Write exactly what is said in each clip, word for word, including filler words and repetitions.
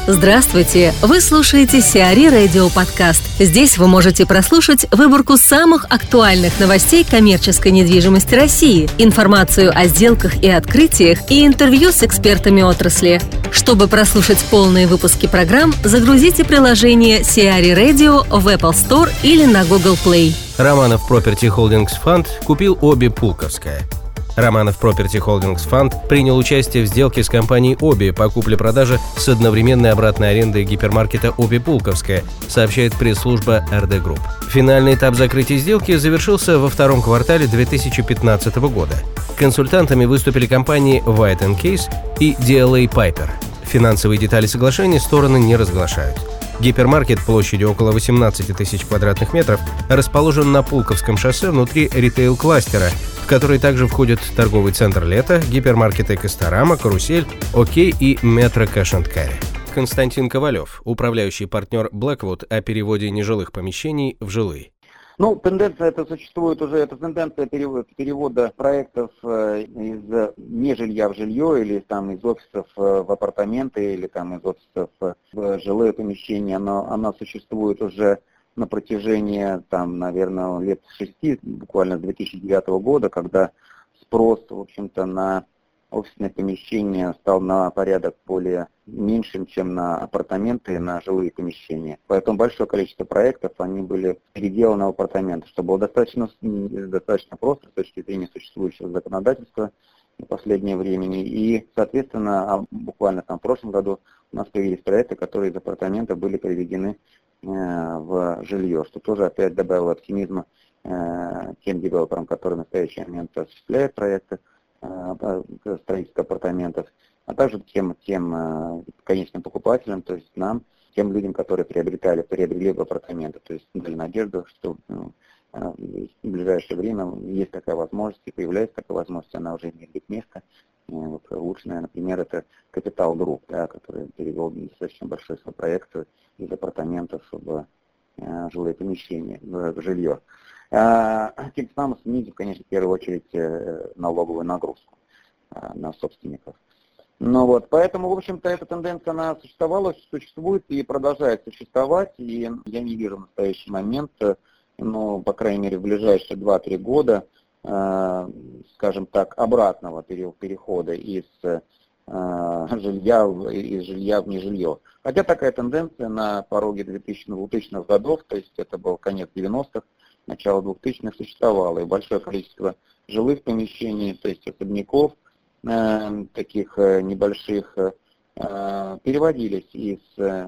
Здравствуйте! Вы слушаете Сиари Радио Подкаст. Здесь вы можете прослушать выборку самых актуальных новостей коммерческой недвижимости России, информацию о сделках и открытиях и интервью с экспертами отрасли. Чтобы прослушать полные выпуски программ, загрузите приложение Сиари Radio в Apple Store или на Google Play. Романов Property Holdings Fund купил Оби Пулковская. Романов Property Holdings Fund принял участие в сделке с компанией Оби по купле-продаже с одновременной обратной арендой гипермаркета Оби Пулковская, сообщает пресс-служба эр дэ Group. Финальный этап закрытия сделки завершился во втором квартале две тысячи пятнадцатого года. Консультантами выступили компании White энд Case и ди эл эй Piper. Финансовые детали соглашения стороны не разглашают. Гипермаркет площадью около восемнадцать тысяч квадратных метров расположен на Пулковском шоссе внутри ритейл-кластера, в который также входят торговый центр «Лето», гипермаркеты «Касторама», «Карусель», «Окей» и «Метро Кэш энд Карри». Константин Ковалев, управляющий партнер Blackwood, о переводе нежилых помещений в жилые. Ну, тенденция это существует уже, это тенденция перевода, перевода проектов из нежилья в жилье, или там из офисов в апартаменты, или там из офисов в жилые помещения, но она существует уже на протяжении, там, наверное, лет шести, буквально с две тысячи девятого года, когда спрос, в общем-то, на офисные помещения стал на порядок более меньшим, чем на апартаменты и на жилые помещения. Поэтому большое количество проектов, они были переделаны в апартаменты, что было достаточно, достаточно просто с точки зрения существующего законодательства в последнее время. И, соответственно, буквально там в прошлом году у нас появились проекты, которые из апартаментов были переведены в жилье, что тоже опять добавило оптимизма тем девелоперам, которые в настоящий момент осуществляют проекты строительства апартаментов, а также тем, тем конечным покупателям, то есть нам, тем людям, которые приобретали, приобрели в апартаменты. То есть дали надежду, что ну, в ближайшее время есть такая возможность, и появляется такая возможность, она уже имеет место. Вот, лучше, наверное, например, это Capital Group, да, который перевел достаточно большой свой проект из апартаментов в жилые помещения, в жилье. Тем самым снизив, конечно, в первую очередь налоговую нагрузку на собственников. Ну вот, поэтому, в общем-то, эта тенденция, она существовала, существует и продолжает существовать, и я не вижу в настоящий момент, ну, по крайней мере, в ближайшие два-три года, скажем так, обратного перехода из жилья, из жилья в нежилье. Хотя такая тенденция на пороге двухтысячных годов, то есть это был конец девяностых, начало двухтысячных, существовало, и большое количество жилых помещений, то есть особняков, э, таких э, небольших, э, переводились из э,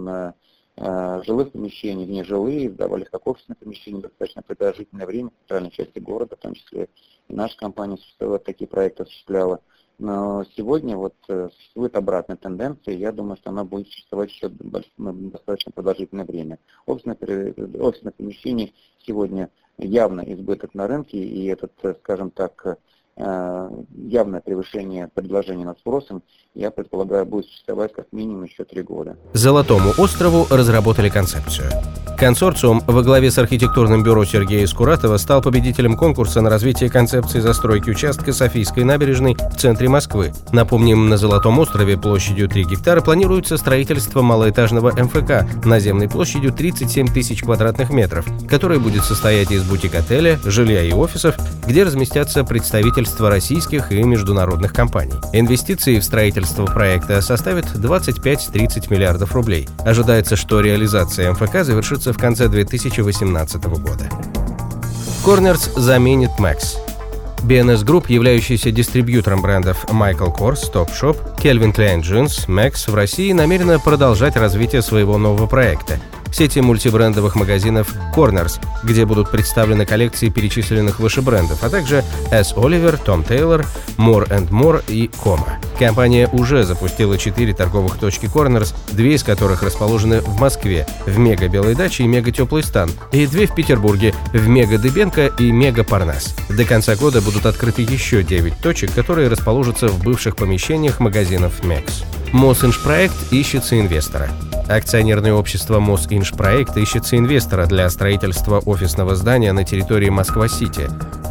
э, жилых помещений в нежилые, сдавались как офисные помещения достаточно продолжительное время в центральной части города, в том числе и наша компания существовала, такие проекты осуществляла. Но сегодня вот существует обратная тенденция, и я думаю, что она будет существовать еще достаточно продолжительное время. Офисных, офисных помещений сегодня явно избыток на рынке, и этот, скажем так, явное превышение предложения над спросом, я предполагаю, будет существовать как минимум еще три года. Золотому острову разработали концепцию. Консорциум во главе с архитектурным бюро Сергея Скуратова стал победителем конкурса на развитие концепции застройки участка Софийской набережной в центре Москвы. Напомним, на Золотом острове площадью три гектара планируется строительство малоэтажного эм эф ка наземной площадью тридцать семь тысяч квадратных метров, которое будет состоять из бутик-отеля, жилья и офисов, где разместятся представительства российских и международных компаний. Инвестиции в строительство проекта составят двадцать пять-тридцать миллиардов рублей. Ожидается, что реализация эм эф ка завершится в конце две тысячи восемнадцатого года. Corners заменит Max. би эн эс Group, являющийся дистрибьютором брендов Michael Kors, Topshop, Calvin Klein Jeans, Max в России, намерена продолжать развитие своего нового проекта – сети мультибрендовых магазинов Corners, где будут представлены коллекции перечисленных выше брендов, а также S. Oliver, Tom Taylor, More and More и Coma. Компания уже запустила четыре торговых точки Corners, две из которых расположены в Москве, в Мега Белой Даче и Мега Теплый Стан, и две в Петербурге, в Мега Дыбенко и Мега Парнас. До конца года будут открыты еще девять точек, которые расположатся в бывших помещениях магазинов Max. Мосинжпроект ищется инвестора. Акционерное общество Мосинжпроект ищется инвестора для строительства офисного здания на территории Москва-Сити.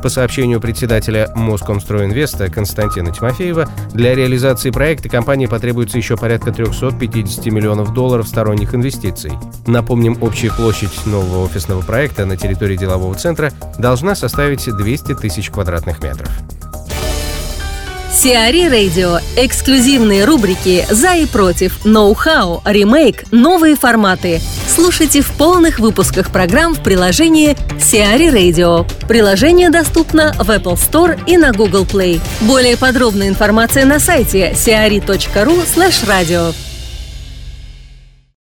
По сообщению председателя Москомстройинвеста Константина Тимофеева, для реализации проекта компании потребуется еще порядка триста пятьдесят миллионов долларов сторонних инвестиций. Напомним, общая площадь нового офисного проекта на территории делового центра должна составить двести тысяч квадратных метров. Сиари Радио. Эксклюзивные рубрики «За и против», «Ноу-хау», «Ремейк», «Новые форматы». Слушайте в полных выпусках программ в приложении Сиари Radio. Приложение доступно в Apple Store и на Google Play. Более подробная информация на сайте сиари точка ру слэш радио.